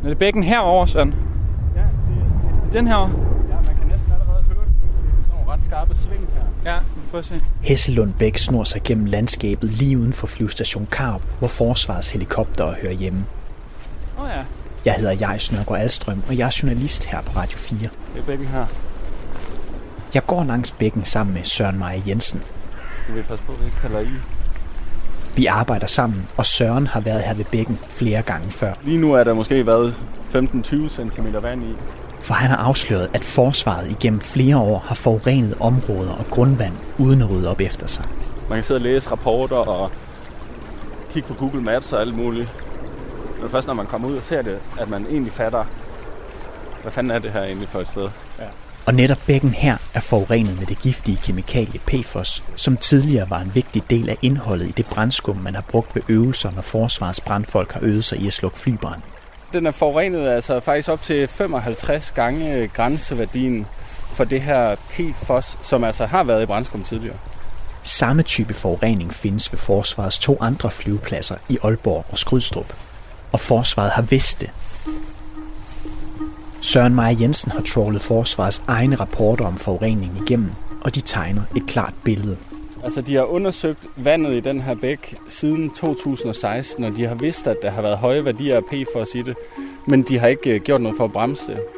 Er det bækken herovre, Søren? Ja, det den herovre? Ja, man kan næsten allerede høre den nu. Det er nogle ret skarpe sving her. Ja, prøv at se. Hesselund Bæk snor sig gennem landskabet lige uden for flyvestation Karup, hvor forsvarets helikoptere hører hjemme. Ja. Jeg hedder Jais Nørgaard Alstrøm, og jeg er journalist her på Radio 4. Det er bækken her. Jeg går langs bækken sammen med Søren Meyer Jensen. Du vil passe på, at vi ikke falder i. Vi arbejder sammen, og Søren har været her ved bækken flere gange før. Lige nu er der måske været 15-20 cm vand i. For han har afsløret, at forsvaret igennem flere år har forurenet områder og grundvand uden at rydde op efter sig. Man kan sidde og læse rapporter og kigge på Google Maps og alt muligt. Men først når man kommer ud og ser det, at man egentlig fatter, hvad fanden er det her egentlig for et sted. Ja. Og netop bækken her er forurenet med det giftige kemikalie PFOS, som tidligere var en vigtig del af indholdet i det brandskum, man har brugt ved øvelser, når forsvarets brandfolk har øvet sig i at slukke flybrand. Den er forurenet altså faktisk op til 55 gange grænseværdien for det her PFOS, som altså har været i brandskum tidligere. Samme type forurening findes ved forsvarets 2 andre flyvepladser i Aalborg og Skrydstrup. Og forsvaret har vidst det. Søren Meyer Jensen har trawlet forsvarets egne rapporter om forurening igennem, og de tegner et klart billede. Altså, de har undersøgt vandet i den her bæk siden 2016, og de har vidst, at der har været høje værdier af PFOS i det, men de har ikke gjort noget for at bremse det.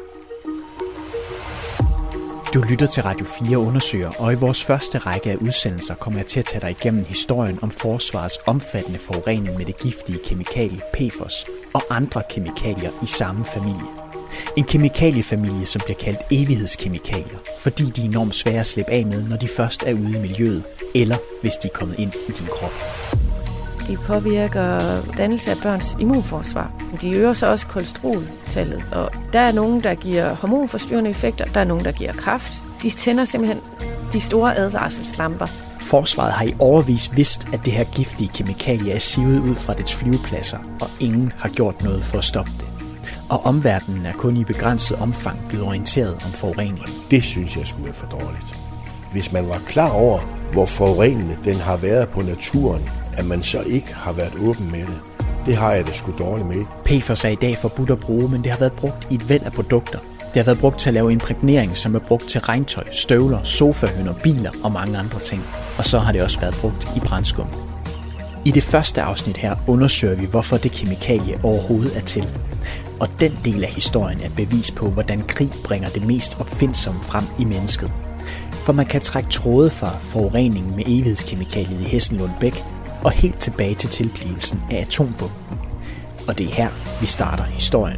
Du lytter til Radio 4 undersøger, og i vores første række af udsendelser kommer jeg til at tage dig igennem historien om forsvarets omfattende forurening med det giftige kemikalie PFOS og andre kemikalier i samme familie. En kemikaliefamilie, som bliver kaldt evighedskemikalier, fordi de er enormt svære at slippe af med, når de først er ude i miljøet, eller hvis de er kommet ind i din krop. De påvirker dannelse af børns immunforsvar. De øger så også kolesteroltallet, og der er nogen, der giver hormonforstyrrende effekter, der er nogen, der giver kræft. De tænder simpelthen de store advarselslamper. Forsvaret har i årevis vidst, at det her giftige kemikalie er sivet ud fra dets flyvepladser, og ingen har gjort noget for at stoppe det. Og omverdenen er kun i begrænset omfang blevet orienteret om forureningen. Det synes jeg skulle være for dårligt. Hvis man var klar over, hvor forurenende den har været på naturen, at man så ikke har været åben med det. Det har jeg det sgu dårligt med. PFOS er i dag forbudt at bruge, men det har været brugt i et væld af produkter. Det har været brugt til at lave imprægnering, som er brugt til regntøj, støvler, sofahønder, biler og mange andre ting. Og så har det også været brugt i brandskum. I det første afsnit her undersøger vi, hvorfor det kemikalie overhovedet er til. Og den del af historien er et bevis på, hvordan krig bringer det mest opfindsomme frem i mennesket. For man kan trække tråde fra forureningen med evighedskemikaliet i Hesselund Bæk og helt tilbage til tilblivelsen af atombomben. Og det er her, vi starter historien.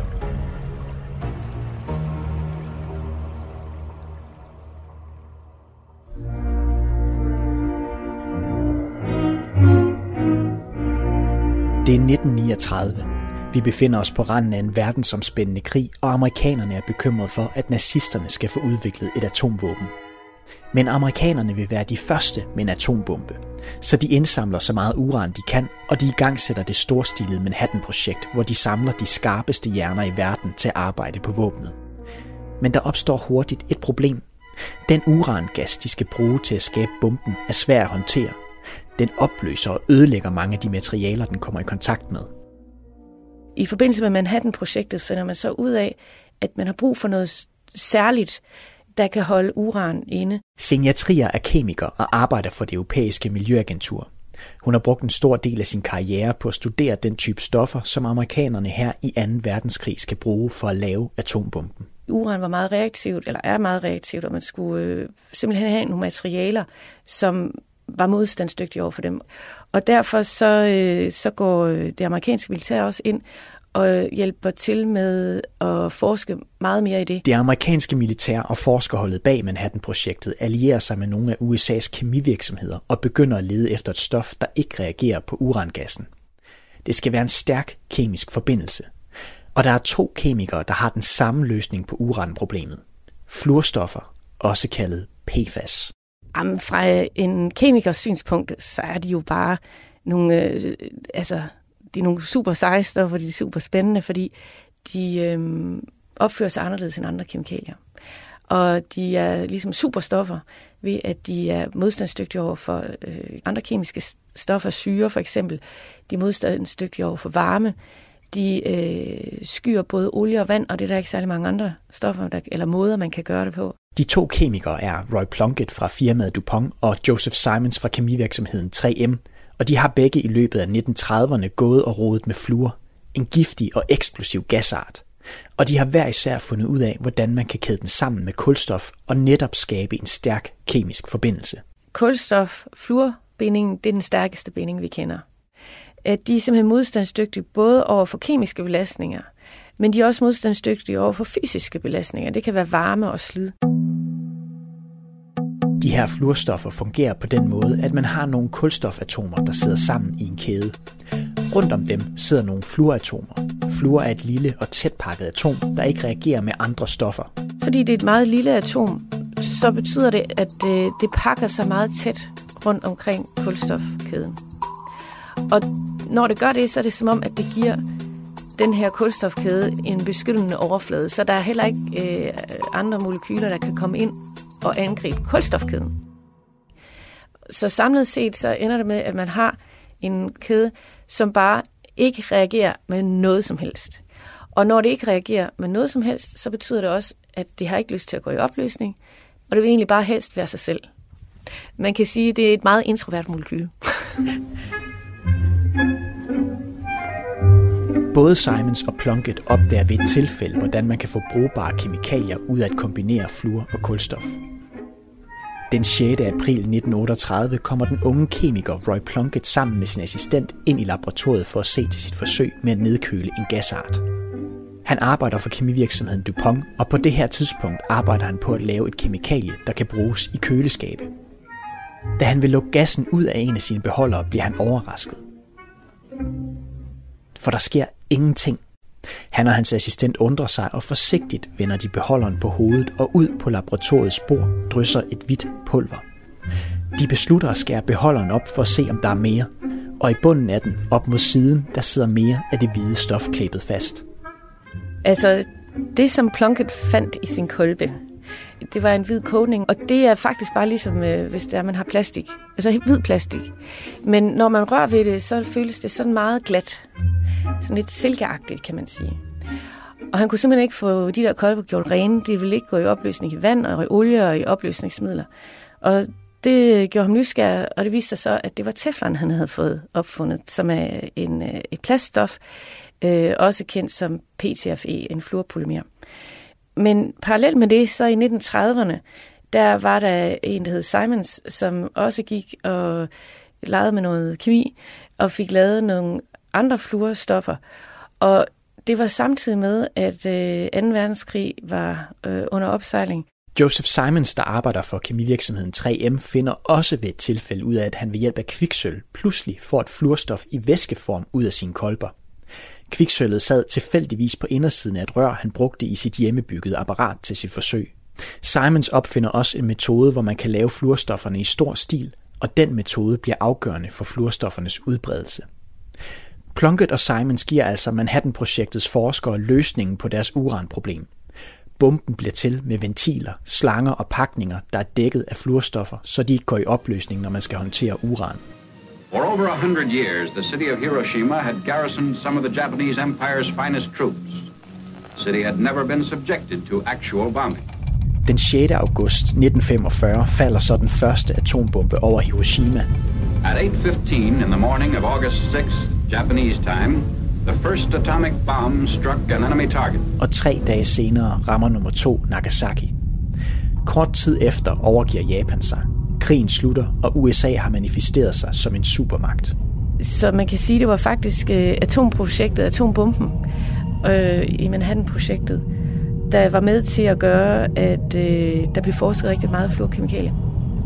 Det er 1939. Vi befinder os på randen af en verdensomspændende krig, og amerikanerne er bekymrede for, at nazisterne skal få udviklet et atomvåben. Men amerikanerne vil være de første med en atombombe, så de indsamler så meget uran de kan, og de igangsætter det storstilede Manhattan-projekt, hvor de samler de skarpeste hjerner i verden til at arbejde på våbnet. Men der opstår hurtigt et problem. Den urangas, de skal bruge til at skabe bomben, er svær at håndtere. Den opløser og ødelægger mange af de materialer, den kommer i kontakt med. I forbindelse med Manhattan-projektet finder man så ud af, at man har brug for noget særligt, der kan holde uran inde. Senja Trier er kemiker og arbejder for det europæiske miljøagentur. Hun har brugt en stor del af sin karriere på at studere den type stoffer, som amerikanerne her i 2. verdenskrig skal bruge for at lave atombomben. Uran var meget reaktivt, eller er meget reaktivt, og man skulle simpelthen have nogle materialer, som var modstandsdygtige over for dem. Og derfor så går det amerikanske militær også ind og hjælper til med at forske meget mere i det. Det amerikanske militær og forskerholdet bag Manhattan-projektet allierer sig med nogle af USA's kemivirksomheder og begynder at lede efter et stof, der ikke reagerer på urangassen. Det skal være en stærk kemisk forbindelse. Og der er 2 kemikere, der har den samme løsning på uranproblemet. Fluorstoffer, også kaldet PFAS. Jamen, fra en kemikers synspunkt, så er de jo bare nogle, de er nogle super seje stoffer, de er super spændende, fordi de opfører sig anderledes end andre kemikalier. Og de er ligesom superstoffer ved, at de er modstandsdygtige over for andre kemiske stoffer, syre for eksempel. De er modstandsdygtige over for varme. De skyer både olie og vand, og det er der ikke særlig mange andre stoffer eller måder, man kan gøre det på. De to kemikere er Roy Plunkett fra firmaet DuPont og Joseph Simons fra kemivirksomheden 3M, og de har begge i løbet af 1930'erne gået og rodet med fluor, en giftig og eksplosiv gasart. Og de har hver især fundet ud af, hvordan man kan kæde den sammen med kulstof og netop skabe en stærk kemisk forbindelse. Kulstof-fluorbindingen, det er den stærkeste binding, vi kender. De er simpelthen modstandsdygtige både over for kemiske belastninger, men de er også modstandsdygtige over for fysiske belastninger. Det kan være varme og slid. De her fluorstoffer fungerer på den måde, at man har nogle kulstofatomer, der sidder sammen i en kæde. Rundt om dem sidder nogle fluoratomer. Fluor er et lille og tæt pakket atom, der ikke reagerer med andre stoffer. Fordi det er et meget lille atom, så betyder det, at det pakker sig meget tæt rundt omkring kulstofkæden. Og når det gør det, så er det som om, at det giver den her kulstofkæde en beskyttende overflade. Så der er heller ikke andre molekyler, der kan komme ind og angribe kulstofkæden. Så samlet set, så ender det med, at man har en kæde, som bare ikke reagerer med noget som helst. Og når det ikke reagerer med noget som helst, så betyder det også, at det har ikke lyst til at gå i opløsning, og det vil egentlig bare helst være sig selv. Man kan sige, at det er et meget introvert molekyle. Både Simons og Plunkett opdager ved et tilfælde, hvordan man kan få brugbare kemikalier ud af at kombinere fluor og kulstof. Den 6. april 1938 kommer den unge kemiker Roy Plunkett sammen med sin assistent ind i laboratoriet for at se til sit forsøg med at nedkøle en gasart. Han arbejder for kemivirksomheden DuPont, og på det her tidspunkt arbejder han på at lave et kemikalie, der kan bruges i køleskabe. Da han vil lukke gassen ud af en af sine beholdere, bliver han overrasket. For der sker ingenting. Han og hans assistent undrer sig, og forsigtigt vender de beholderen på hovedet, og ud på laboratoriets bord drysser et hvidt pulver. De beslutter at skære beholderen op for at se, om der er mere, og i bunden af den, op mod siden, der sidder mere af det hvide stof klæbet fast. Altså, det som Plunkett fandt i sin kolbe, det var en hvid kodning, og det er faktisk bare ligesom, hvis det er, man har plastik. Altså hvid plastik. Men når man rører ved det, så føles det sådan meget glat. Sådan lidt silkeagtigt, kan man sige. Og han kunne simpelthen ikke få de der kolber gjort rene. De ville ikke gå i opløsning i vand og i olie og i opløsningsmidler. Og det gjorde ham nysgerrig, og det viste sig så, at det var teflon, han havde fået opfundet, som er et plaststof, også kendt som PTFE, en fluorpolymer. Men parallelt med det, så i 1930'erne, der var der en, der hed Simons, som også gik og legede med noget kemi, og fik lavet nogle andre fluorstoffer. Og det var samtidig med, at 2. verdenskrig var under opsejling. Joseph Simons, der arbejder for kemivirksomheden 3M, finder også ved et tilfælde ud af, at han ved hjælp af kviksølv pludselig får et fluorstof i væskeform ud af sine kolber. Kviksølvet sad tilfældigvis på indersiden af et rør, han brugte i sit hjemmebyggede apparat til sit forsøg. Simons opfinder også en metode, hvor man kan lave fluorstofferne i stor stil, og den metode bliver afgørende for fluorstoffernes udbredelse. Plunkett og Simons giver altså Manhattan-projektets forskere løsningen på deres uranproblem. Bomben bliver til med ventiler, slanger og pakninger, der er dækket af fluorstoffer, så de ikke går i opløsning, når man skal håndtere uran. For over 100 years, the city of Hiroshima had garrisoned some of the Japanese Empire's finest troops. The city had never been subjected to actual bombing. Den 6. august 1945 falder så den første atombombe over Hiroshima. At 8:15 in the morning of August 6th, Japanese time, the first atomic bomb struck an enemy target. Og 3 dage senere rammer nummer 2 Nagasaki. Kort tid efter overgiver Japan sig. Krigen slutter, og USA har manifesteret sig som en supermagt. Så man kan sige, at det var faktisk atomprojektet, atombomben i Manhattan-projektet, der var med til at gøre, at der blev forsket rigtig meget fluorkemikalier.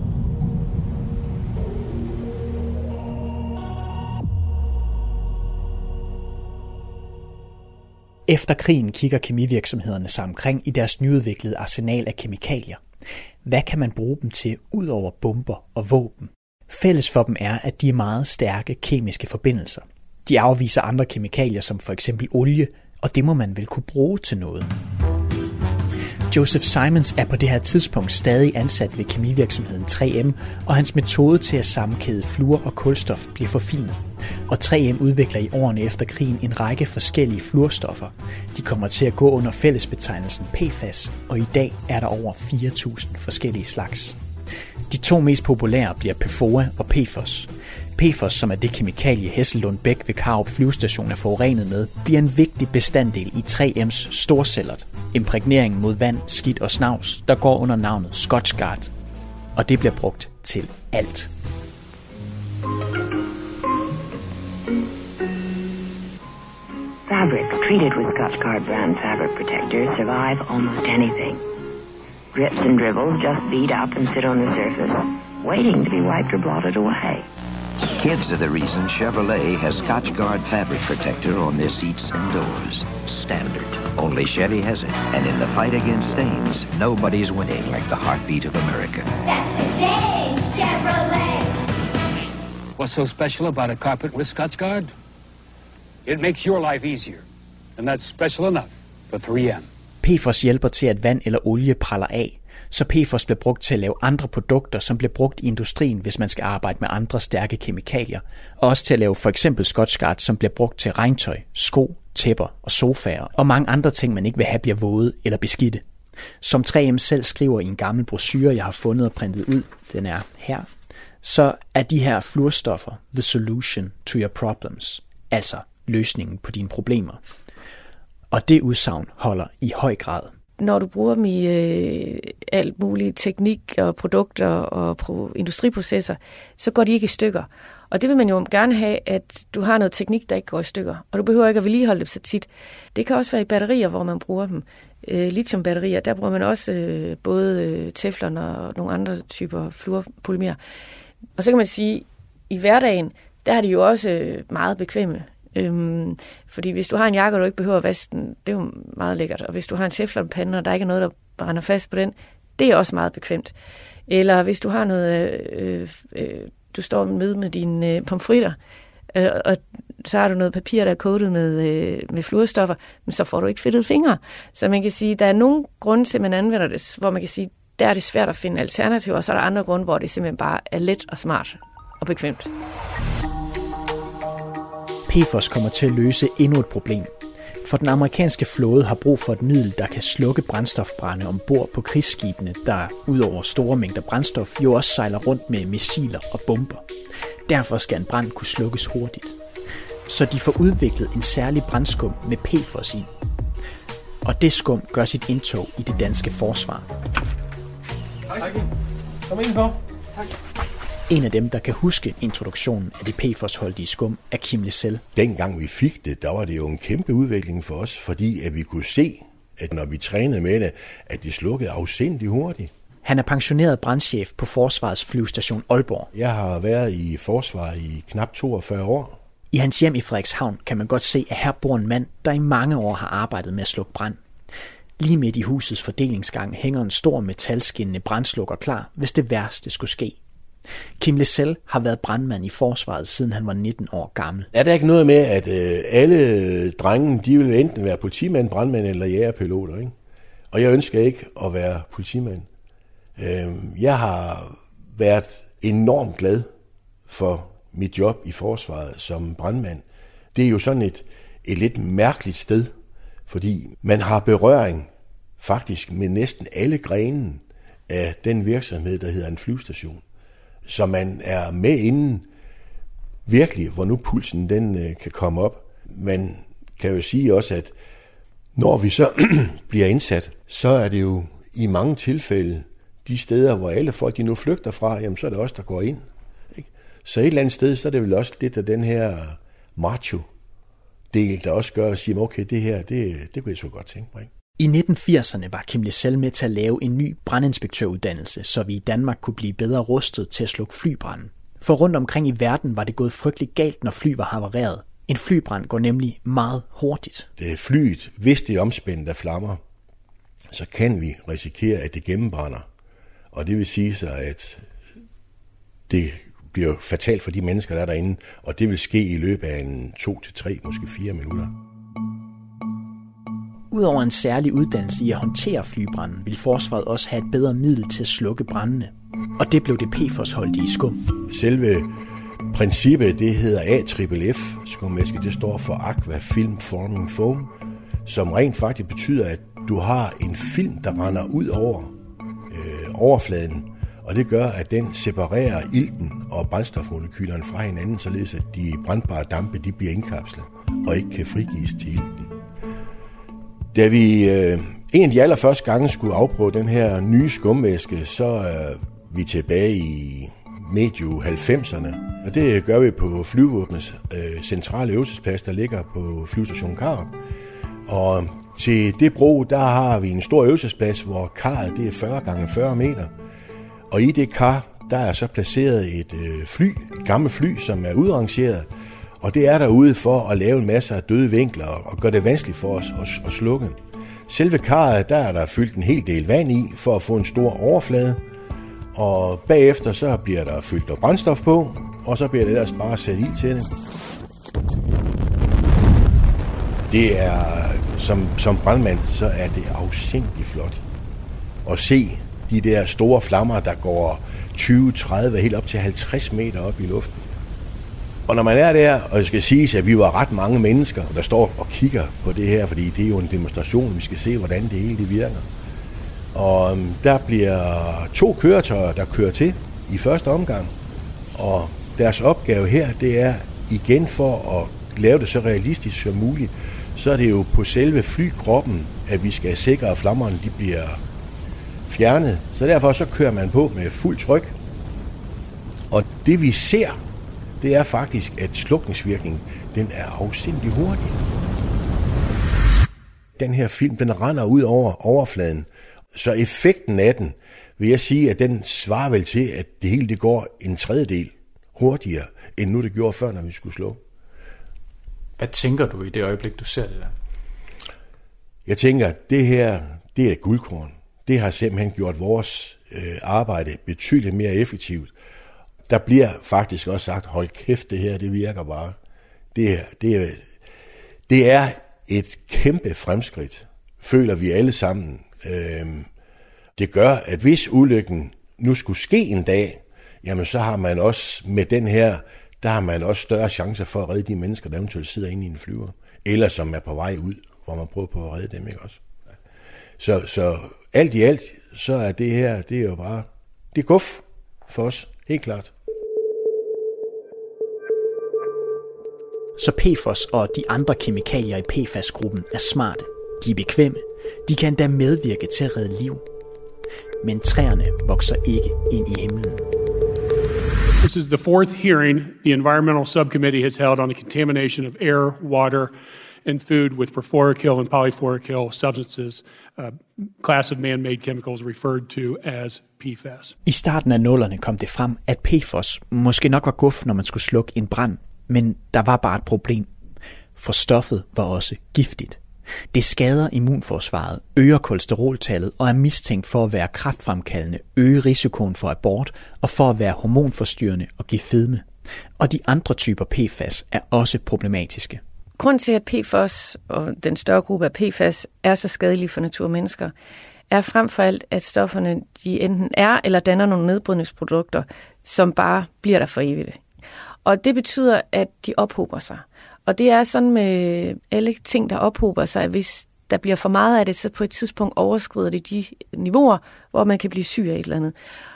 Efter krigen kigger kemivirksomhederne sig omkring i deres nyudviklede arsenal af kemikalier. Hvad kan man bruge dem til ud over bomber og våben? Fælles for dem er, at de er meget stærke kemiske forbindelser. De afviser andre kemikalier som for eksempel olie, og det må man vel kunne bruge til noget. Joseph Simons er på det her tidspunkt stadig ansat ved kemivirksomheden 3M, og hans metode til at sammenkæde fluor og kulstof bliver forfinet. Og 3M udvikler i årene efter krigen en række forskellige fluorstoffer. De kommer til at gå under fællesbetegnelsen PFAS, og i dag er der over 4.000 forskellige slags. De to mest populære bliver PFOA og PFOS. PFOS, som er det kemikalie Hesselund Bæk ved Karup flyvestation er forurenet med, bliver en vigtig bestanddel i 3M's storsellert, imprægneringen mod vand, skidt og snavs, der går under navnet Scotchgard. Og det bliver brugt til alt. Fabrics treated with Scotchgard brand fabric protectors survive almost anything. Drips and dribbles just bead up and sit on the surface, waiting to be wiped or blotted away. Kids are the reason Chevrolet has Scotchgard fabric protector on their seats and doors. Standard. Only Chevy has it. And in the fight against stains, nobody's winning like the heartbeat of America. That's the day, Chevrolet! What's so special about a carpet with Scotchgard? It makes your life easier. And that's special enough for 3M. PFOS hjælper til, at vand eller olie praller af, så PFOS bliver brugt til at lave andre produkter, som bliver brugt i industrien, hvis man skal arbejde med andre stærke kemikalier, og også til at lave for eksempel Scotchgard, som bliver brugt til regntøj, sko, tæpper og sofaer, og mange andre ting, man ikke vil have bliver våde eller beskidte. Som 3M selv skriver i en gammel brochure, jeg har fundet og printet ud, den er her, så er de her fluorstoffer the solution to your problems, altså løsningen på dine problemer. Og det udsagn holder i høj grad. Når du bruger dem i alt muligt teknik og produkter og industriprocesser, så går de ikke i stykker. Og det vil man jo gerne have, at du har noget teknik, der ikke går i stykker. Og du behøver ikke at vedligeholde dem så tit. Det kan også være i batterier, hvor man bruger dem. Lithiumbatterier, der bruger man også både teflon og nogle andre typer fluorpolymer. Og så kan man sige, i hverdagen, der er de jo også meget bekvemme. Fordi hvis du har en jakke, og du ikke behøver at vaske den, det er jo meget lækkert. Og hvis du har en teflonpande, og der ikke er noget, der brænder fast på den, det er også meget bekvemt. Eller hvis du har noget, du står med dine pomfritter, og så har du noget papir, der er coatet med fluorstoffer, men så får du ikke fedtede fingre. Så man kan sige, der er nogle grunde til, at man anvender det, hvor man kan sige, der er det svært at finde alternativer, og så er der andre grunde, hvor det simpelthen bare er let og smart og bekvemt. PFOS kommer til at løse endnu et problem. For den amerikanske flåde har brug for et middel, der kan slukke brændstofbrande ombord på krigsskibene, der udover store mængder brændstof jo også sejler rundt med missiler og bomber. Derfor skal en brand kunne slukkes hurtigt. Så de får udviklet en særlig brandskum med PFOS i. Og det skum gør sit indtog i det danske forsvar. Tak. Kom indenfor. Tak. En af dem, der kan huske introduktionen af det PFOS-holdige skum, er Kim Lissell. Dengang vi fik det, der var det jo en kæmpe udvikling for os, fordi at vi kunne se, at når vi trænede med det, at det slukkede afsindigt hurtigt. Han er pensioneret brandchef på Forsvarets flyvestation Aalborg. Jeg har været i forsvaret i knap 42 år. I hans hjem i Frederikshavn kan man godt se, at her bor en mand, der i mange år har arbejdet med at slukke brand. Lige midt i husets fordelingsgang hænger en stor metalskinnende brandslukker klar, hvis det værste skulle ske. Kim Lissell har været brandmand i forsvaret, siden han var 19 år gammel. Er der ikke noget med, at alle drenge, de vil enten være politimand, brandmand eller jægerpiloter, ikke? Og jeg ønsker ikke at være politimand. Jeg har været enormt glad for mit job i forsvaret som brandmand. Det er jo sådan et lidt mærkeligt sted, fordi man har berøring faktisk med næsten alle grenen af den virksomhed, der hedder en flyvestation. Så man er med inden virkelig, hvor nu pulsen den kan komme op. Man kan jo sige også, at når vi så bliver indsat, så er det jo i mange tilfælde de steder, hvor alle folk de nu flygter fra, jamen så er det også der går ind. Ikke? Så et eller andet sted, så er det vel også lidt af den her macho-del, der også gør at sige, okay, det her, det kunne jeg så godt tænke mig. Ikke? I 1980'erne var Kim Lissell med til at lave en ny brandinspektøruddannelse, så vi i Danmark kunne blive bedre rustet til at slukke flybranden. For rundt omkring i verden var det gået frygteligt galt, når fly var havareret. En flybrand går nemlig meget hurtigt. Det flyet, hvis det er omspændt af flammer, så kan vi risikere, at det gennembrænder. Og det vil sige så, at det bliver fatalt for de mennesker, der er derinde, og det vil ske i løbet af 2 til 3, måske 4 minutter. Udover en særlig uddannelse i at håndtere flybranden, ville forsvaret også have et bedre middel til at slukke brandene. Og det blev det PFOS-holdige skum. Selve princippet, det hedder AFFF, skumvæske, det står for Aqua Film Forming Foam, som rent faktisk betyder, at du har en film, der render ud over overfladen, og det gør, at den separerer ilten og brændstofmolekylerne fra hinanden, således at de brændbare dampe de bliver indkapslet og ikke kan frigives til ilten. Da vi en af de allerførste gange skulle afprøve den her nye skumvæske, så er vi tilbage i medio 90'erne, og det gør vi på flyvevåbnets centrale øvelsesplads, der ligger på flyvestation Karup. Og til det brug, der har vi en stor øvelsesplads, hvor karret det er 40 gange 40 meter. Og i det kar, der er så placeret et gammelt fly, som er udrangeret. Og det er derude for at lave en masse af døde vinkler og gøre det vanskeligt for os at slukke. Selve karret, der er der fyldt en hel del vand i for at få en stor overflade. Og bagefter så bliver der fyldt noget brændstof på, og så bliver det ellers bare sat ild til det. Det er, som brandmand, så er det afsindigt flot at se de der store flammer, der går 20, 30, helt op til 50 meter op i luften. Og når man er der, og det skal siges, at vi var ret mange mennesker, der står og kigger på det her, fordi det er jo en demonstration, vi skal se, hvordan det hele det virker. Og der bliver 2 køretøjer, der kører til i første omgang, og deres opgave her, det er igen for at lave det så realistisk som muligt, så er det jo på selve flykroppen, at vi skal sikre, at flammerne de bliver fjernet. Så derfor så kører man på med fuld tryk. Og det vi ser, det er faktisk, at slukningsvirkningen, den er afsindig hurtig. Den her film, den render ud over overfladen. Så effekten af den, vil jeg sige, at den svarer vel til, at det hele det går en tredjedel hurtigere, end nu det gjorde før, når vi skulle slå. Hvad tænker du i det øjeblik, du ser det der? Jeg tænker, at det her, det er guldkorn. Det har simpelthen gjort vores arbejde betydeligt mere effektivt. Der bliver faktisk også sagt, hold kæft, det her, det virker bare. Det er et kæmpe fremskridt, føler vi alle sammen. Det gør, at hvis ulykken nu skulle ske en dag, jamen så har man også med den her, der har man også større chancer for at redde de mennesker, der eventuelt sidder inde i en flyver, eller som er på vej ud, hvor man prøver på at redde dem, ikke også? Så alt i alt, så er det her, det er jo bare, det er guf for os, helt klart. Så PFOS og de andre kemikalier i PFAS-gruppen er smarte, de er bekvemme, de kan endda medvirke til at redde liv. Men træerne vokser ikke ind i himlen. This is the 4th hearing the Environmental Subcommittee has held on the contamination of air, water, and food with perfluoroalkyl and polyfluoroalkyl substances, a class of man-made chemicals referred to as PFAS. I starten af 00'erne kom det frem, at PFOS måske nok var guf, når man skulle slukke en brand, men der var bare et problem, for stoffet var også giftigt. Det skader immunforsvaret, øger kolesteroltallet og er mistænkt for at være kræftfremkaldende, øge risikoen for abort og for at være hormonforstyrrende og give fedme. Og de andre typer PFAS er også problematiske. Grunden til, at PFOS og den større gruppe af PFAS er så skadelige for natur og mennesker, er frem for alt, at stofferne de enten er eller danner nogle nedbrydningsprodukter, som bare bliver der for evigt. Og det betyder, at de ophober sig. Og det er sådan med alle ting, der ophober sig, at hvis der bliver for meget af det, så på et tidspunkt overskrider det de niveauer, hvor man kan blive syg af et eller andet.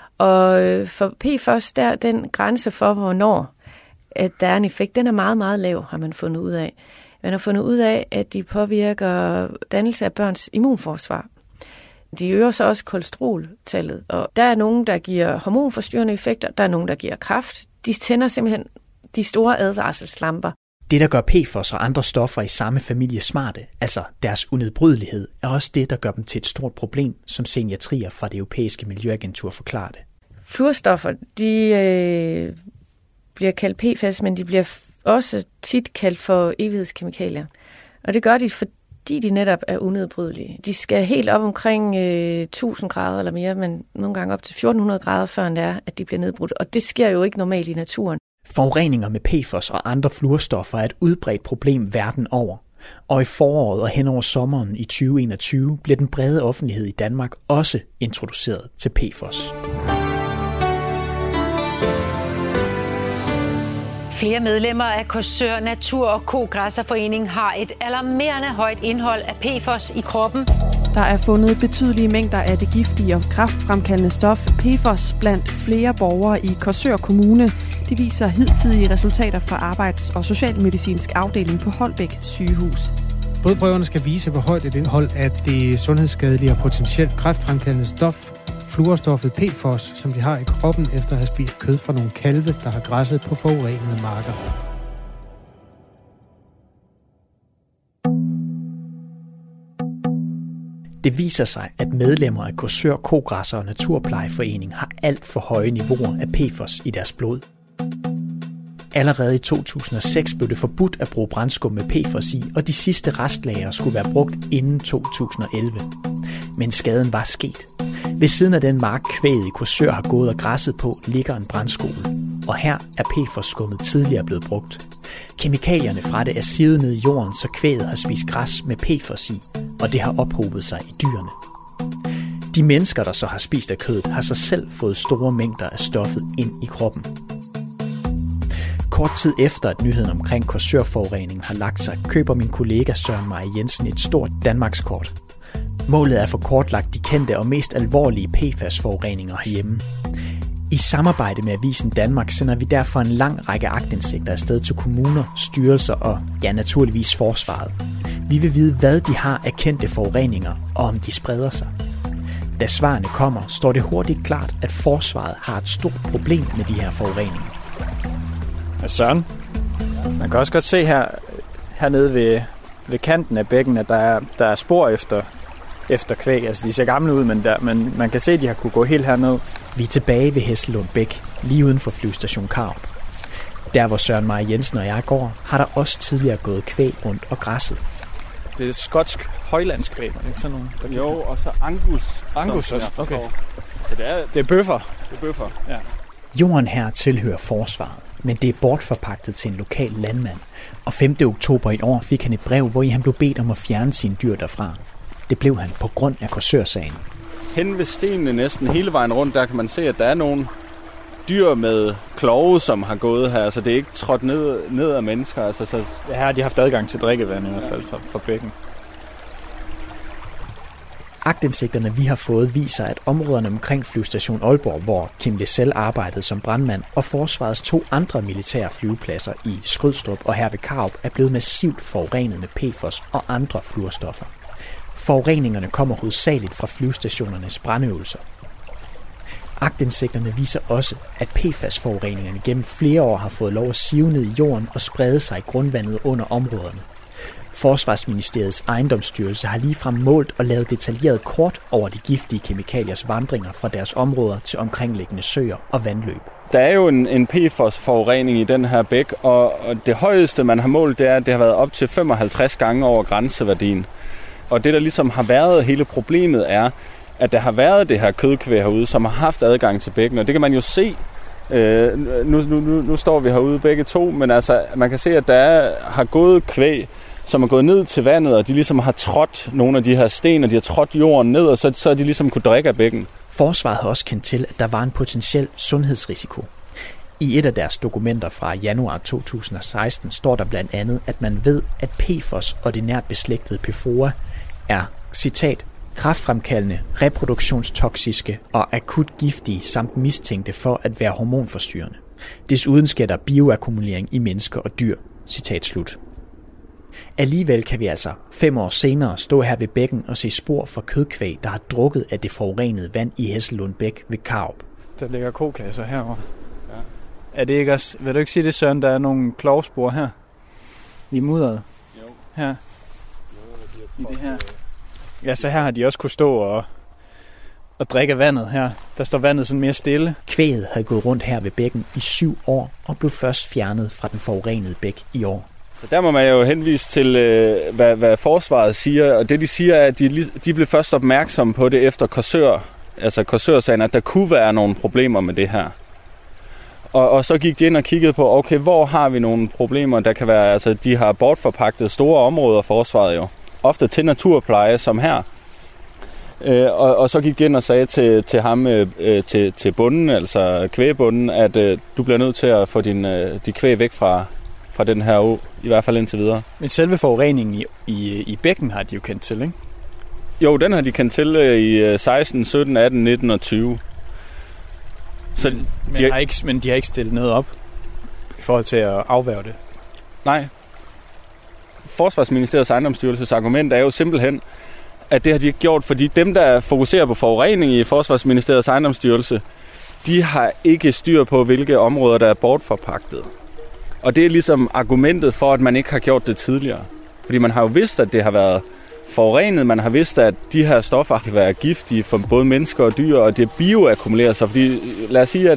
Og for PFOS, der den grænse for, hvornår at der er en effekt, den er meget, meget lav, har man fundet ud af. Man har fundet ud af, at de påvirker dannelse af børns immunforsvar. De øger så også kolesteroltallet, og der er nogen, der giver hormonforstyrrende effekter, der er nogen, der giver kræft. De tænder simpelthen de store advarselslamper. Det, der gør PFOS og andre stoffer i samme familie smarte, altså deres unedbrydelighed, er også det, der gør dem til et stort problem, som Zenia Trier fra det europæiske miljøagentur forklarer det. Fluorstoffer, de bliver kaldt PFAS, men de bliver også tit kaldt for evighedskemikalier. Og det gør de, fordi de netop er unedbrydelige. De skal helt op omkring 1000 grader eller mere, men nogle gange op til 1400 grader, før det er, at de bliver nedbrudt. Og det sker jo ikke normalt i naturen. Forureninger med PFOS og andre fluorstoffer er et udbredt problem verden over. Og i foråret og hen over sommeren i 2021 bliver den brede offentlighed i Danmark også introduceret til PFOS. Flere medlemmer af Korsør Natur- og Kogræsserforening har et alarmerende højt indhold af PFOS i kroppen. Der er fundet betydelige mængder af det giftige og kræftfremkaldende stof PFOS blandt flere borgere i Korsør Kommune. Det viser hidtidige resultater fra Arbejds- og Socialmedicinsk afdeling på Holbæk Sygehus. Blodprøverne skal vise, hvor højt et indhold af det sundhedsskadelige og potentielt kræftfremkaldende stof, fluorstoffet PFOS, som de har i kroppen efter at have spist kød fra nogle kalve, der har græsset på forurenede marker. Det viser sig, at medlemmer af Korsør Kogræsser- og Naturplejeforening har alt for høje niveauer af PFOS i deres blod. Allerede i 2006 blev det forbudt at bruge brandskum med PFOS i, og de sidste restlager skulle være brugt inden 2011. Men skaden var sket. Ved siden af den mark kvæget i Korsør har gået og græsset på, ligger en brandskole. Og her er PFOS-skummet tidligere blevet brugt. Kemikalierne fra det er sivet ned i jorden, så kvæget har spist græs med PFOS i, og det har ophobet sig i dyrene. De mennesker, der så har spist af kødet, har sig selv fået store mængder af stoffet ind i kroppen. Kort tid efter, at nyheden omkring Korsør-forureningen har lagt sig, køber min kollega Søren Maje Jensen et stort Danmarkskort. Målet er at få kortlagt de kendte og mest alvorlige PFAS-forureninger herhjemme. I samarbejde med Avisen Danmark sender vi derfor en lang række aktindsigter afsted til kommuner, styrelser og, ja, naturligvis forsvaret. Vi vil vide, hvad de har af kendte forureninger, og om de spreder sig. Da svarene kommer, står det hurtigt klart, at forsvaret har et stort problem med de her forureninger. Ja, Søren, man kan også godt se hernede ved kanten af bækken, at der er spor efter kvæg. Altså, de ser gamle ud, men man kan se, at de har kunne gå helt herned. Vi er tilbage ved Hesselund Bæk, lige uden for flyvestation Karup. Der, hvor Søren Maje Jensen og jeg går, har der også tidligere gået kvæg rundt og græsset. Det er skotsk højlandskvæg, er det ikke sådan nogle? Jo, og så Angus. Angus også, okay. Så det er bøffer. Det er bøffer, ja. Jorden her tilhører forsvaret, men det er bortforpagtet til en lokal landmand. Og 5. oktober i år fik han et brev, hvor han blev bedt om at fjerne sine dyr derfra. Det blev han på grund af Korsør-sagen. Hen ved stenene næsten hele vejen rundt, der kan man se, at der er nogle dyr med klove, som har gået her. Så det er ikke trådt ned af mennesker. Altså, så... Ja, her har de haft adgang til drikkevand i hvert fald fra bækken. Aktindsigterne, vi har fået, viser, at områderne omkring flyvestation Aalborg, hvor Kim Lessel arbejdede som brandmand, og forsvarets 2 andre militære flyvepladser i Skrydstrup og her ved Karup, er blevet massivt forurenet med PFOS og andre fluorstoffer. Forureningerne kommer hovedsageligt fra flyvestationernes brandøvelser. Aktindsigterne viser også, at PFAS-forureningerne gennem flere år har fået lov at sive ned i jorden og sprede sig i grundvandet under områderne. Forsvarsministeriets ejendomsstyrelse har ligefrem målt og lavet detaljeret kort over de giftige kemikaliers vandringer fra deres områder til omkringliggende søer og vandløb. Der er jo en PFOS-forurening i den her bæk, og det højeste, man har målt, det er, at det har været op til 55 gange over grænseværdien. Og det, der ligesom har været hele problemet, er, at der har været det her kødkvæg herude, som har haft adgang til bækken. Og det kan man jo se. Nu står vi herude begge to, men altså, man kan se, at der har gået kvæg, som er gået ned til vandet, og de ligesom har trådt nogle af de her sten, og de har trådt jorden ned, og så er de ligesom kunne drikke af bækken. Forsvaret har også kendt til, at der var en potentiel sundhedsrisiko. I et af deres dokumenter fra januar 2016 står der blandt andet, at man ved, at PFOS og det nært beslægtede PFOA er, citat, kræftfremkaldende, reproduktionstoksiske og akut giftige samt mistænkte for at være hormonforstyrrende. Desuden sker der bioakkumulering i mennesker og dyr, citat slut. Alligevel kan vi altså 5 år senere stå her ved bækken og se spor fra kødkvæg, der har drukket af det forurenede vand i Hesselund Bæk ved Karup. Der ligger kokasser herovre. Ja. Er det ikke også, vil du ikke sige det, Søren, der er nogle klovspor her i mudderet? Jo. Her. I det her. Ja, så her har de også kunne stå og drikke vandet her. Der står vandet sådan mere stille. Kvæget havde gået rundt her ved bækken i 7 år og blev først fjernet fra den forurenede bæk i år. Så der må man jo henvise til, hvad forsvaret siger, og det de siger er, at de blev først opmærksomme på det efter Korsør-sagen, at der kunne være nogle problemer med det her. Og så gik de ind og kiggede på, okay, hvor har vi nogle problemer, der kan være, altså de har bortforpagtet store områder, forsvaret jo, ofte til naturpleje, som her. Og så gik de ind og sagde til ham, til bunden, altså kvægbunden, at du bliver nødt til at få de kvæg væk fra den her å, i hvert fald indtil videre. Men selve forureningen i bækken har de jo kendt til, ikke? Jo, den har de kendt til i 16, 17, 18, 19 og 20. Så men de har ikke stillet noget op i forhold til at afværge det? Nej. Forsvarsministeriets ejendomsstyrelses argument er jo simpelthen, at det har de ikke gjort, fordi dem, der fokuserer på forurening i Forsvarsministeriets ejendomsstyrelse, de har ikke styr på, hvilke områder, der er bortforpagtet. Og det er ligesom argumentet for, at man ikke har gjort det tidligere. Fordi man har jo vidst, at det har været forurenet. Man har vidst, at de her stoffer kan være giftige for både mennesker og dyr, og det bioakkumulerer sig. Fordi lad os sige, at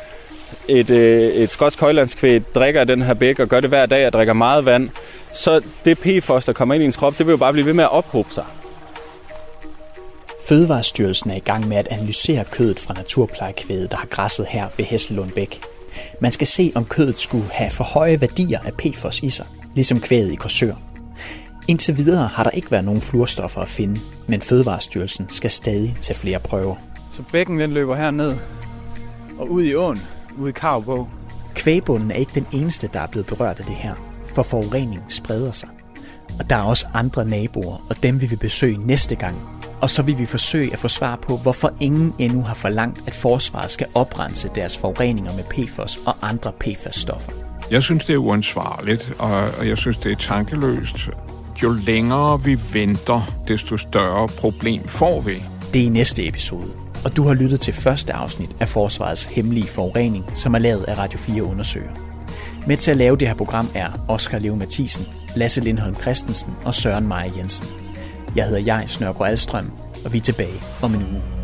et skotsk højlandskvæg drikker af den her bæk og gør det hver dag og drikker meget vand, så det PFOS, der kommer ind i ens krop, det vil jo bare blive ved med at ophobe sig. Fødevarestyrelsen er i gang med at analysere kødet fra naturplejekvæget, der har græsset her ved Hesselund Bæk. Man skal se, om kødet skulle have for høje værdier af PFOS i sig, ligesom kvæget i Korsør. Indtil videre har der ikke været nogen fluorstoffer at finde, men Fødevarestyrelsen skal stadig tage flere prøver. Så bækken den løber herned og ud i åen, ud i Kravbog. Kvægbunden er ikke den eneste, der er blevet berørt af det her, for forureningen spreder sig. Og der er også andre naboer, og dem vil vi besøge næste gang. Og så vil vi forsøge at få svar på, hvorfor ingen endnu har forlangt, at forsvaret skal oprense deres forureninger med PFOS og andre PFAS-stoffer. Jeg synes, det er uansvarligt, og jeg synes, det er tankeløst. Jo længere vi venter, desto større problem får vi. Det er i næste episode, og du har lyttet til første afsnit af Forsvarets hemmelige forurening, som er lavet af Radio 4 Undersøger. Med til at lave det her program er Oscar Leo Mathisen, Lasse Lindholm Christensen og Søren Meyer Jensen. Jeg hedder Jais Nørgaard Alstrøm, og vi er tilbage om en uge.